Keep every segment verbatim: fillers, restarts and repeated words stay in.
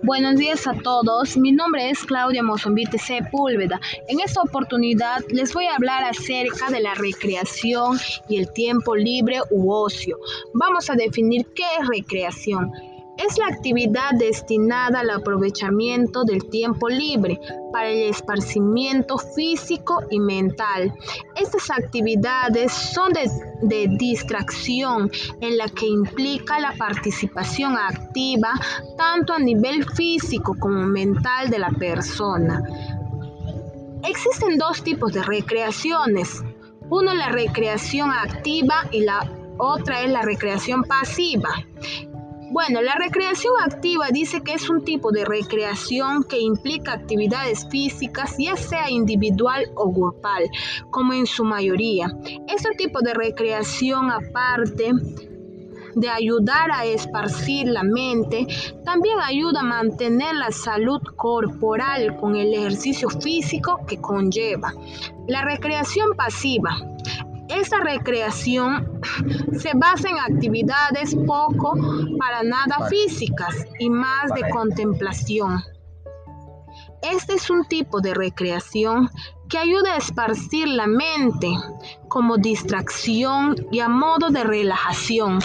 Buenos días a todos, mi nombre es Claudia Mozombite Sepúlveda. En esta oportunidad les voy a hablar acerca de la recreación y el tiempo libre u ocio. Vamos a definir qué es recreación. Es la actividad destinada al aprovechamiento del tiempo libre para el esparcimiento físico y mental. Estas actividades son de, de distracción en la que implica la participación activa tanto a nivel físico como mental de la persona. Existen dos tipos de recreaciones. Uno es la recreación activa y la otra es la recreación pasiva. Bueno, la recreación activa dice que es un tipo de recreación que implica actividades físicas, ya sea individual o grupal, como en su mayoría. Este tipo de recreación, aparte de ayudar a esparcir la mente, también ayuda a mantener la salud corporal con el ejercicio físico que conlleva. La recreación pasiva. Esta recreación se basa en actividades poco para nada físicas y más de contemplación. Este es un tipo de recreación que ayuda a esparcir la mente como distracción y a modo de relajación.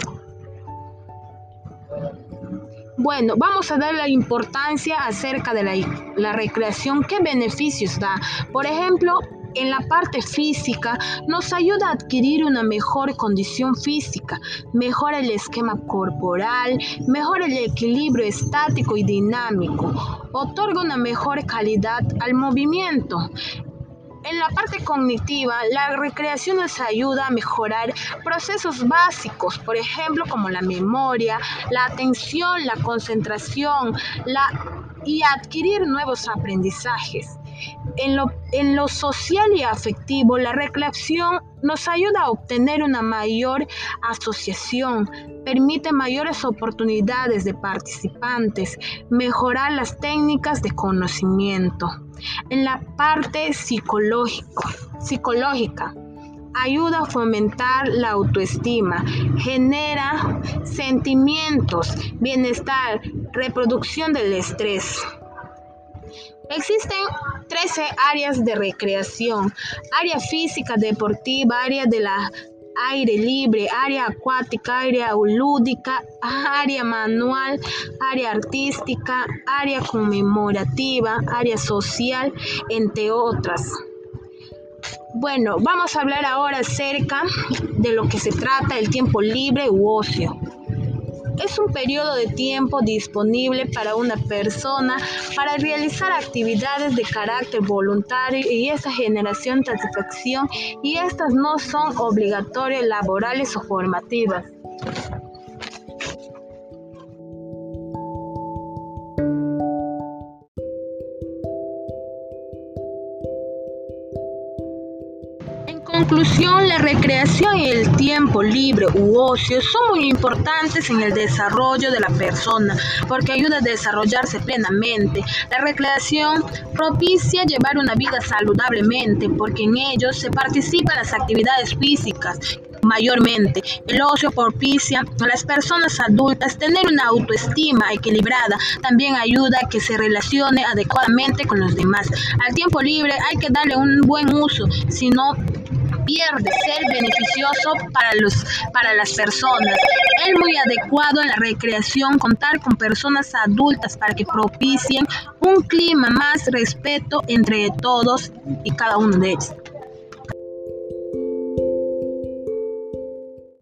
Bueno, vamos a dar la importancia acerca de la, la recreación, qué beneficios da. Por ejemplo, en la parte física nos ayuda a adquirir una mejor condición física, mejora el esquema corporal, mejora el equilibrio estático y dinámico, otorga una mejor calidad al movimiento. En la parte cognitiva, la recreación nos ayuda a mejorar procesos básicos, por ejemplo, como la memoria, la atención, la concentración, la, y adquirir nuevos aprendizajes. En lo, en lo social y afectivo, la recreación nos ayuda a obtener una mayor asociación, permite mayores oportunidades de participantes, mejorar las técnicas de conocimiento. En la parte psicológico, psicológica, ayuda a fomentar la autoestima, genera sentimientos, bienestar, reproducción del estrés. Existen trece áreas de recreación: área física, deportiva, área de la aire libre, área acuática, área lúdica, área manual, área artística, área conmemorativa, área social, entre otras. Bueno, vamos a hablar ahora acerca de lo que se trata el tiempo libre u ocio. Es un periodo de tiempo disponible para una persona para realizar actividades de carácter voluntario y esta generación satisfacción y estas no son obligatorias, laborales o formativas. En conclusión, la recreación y el tiempo libre u ocio son muy importantes en el desarrollo de la persona porque ayuda a desarrollarse plenamente. La recreación propicia llevar una vida saludablemente porque en ellos se participan las actividades físicas. Mayormente, el ocio propicia a las personas adultas tener una autoestima equilibrada, también ayuda a que se relacione adecuadamente con los demás. Al tiempo libre hay que darle un buen uso, si no pierde ser beneficioso para, los, para las personas. Es muy adecuado en la recreación contar con personas adultas para que propicien un clima más respeto entre todos y cada uno de ellos.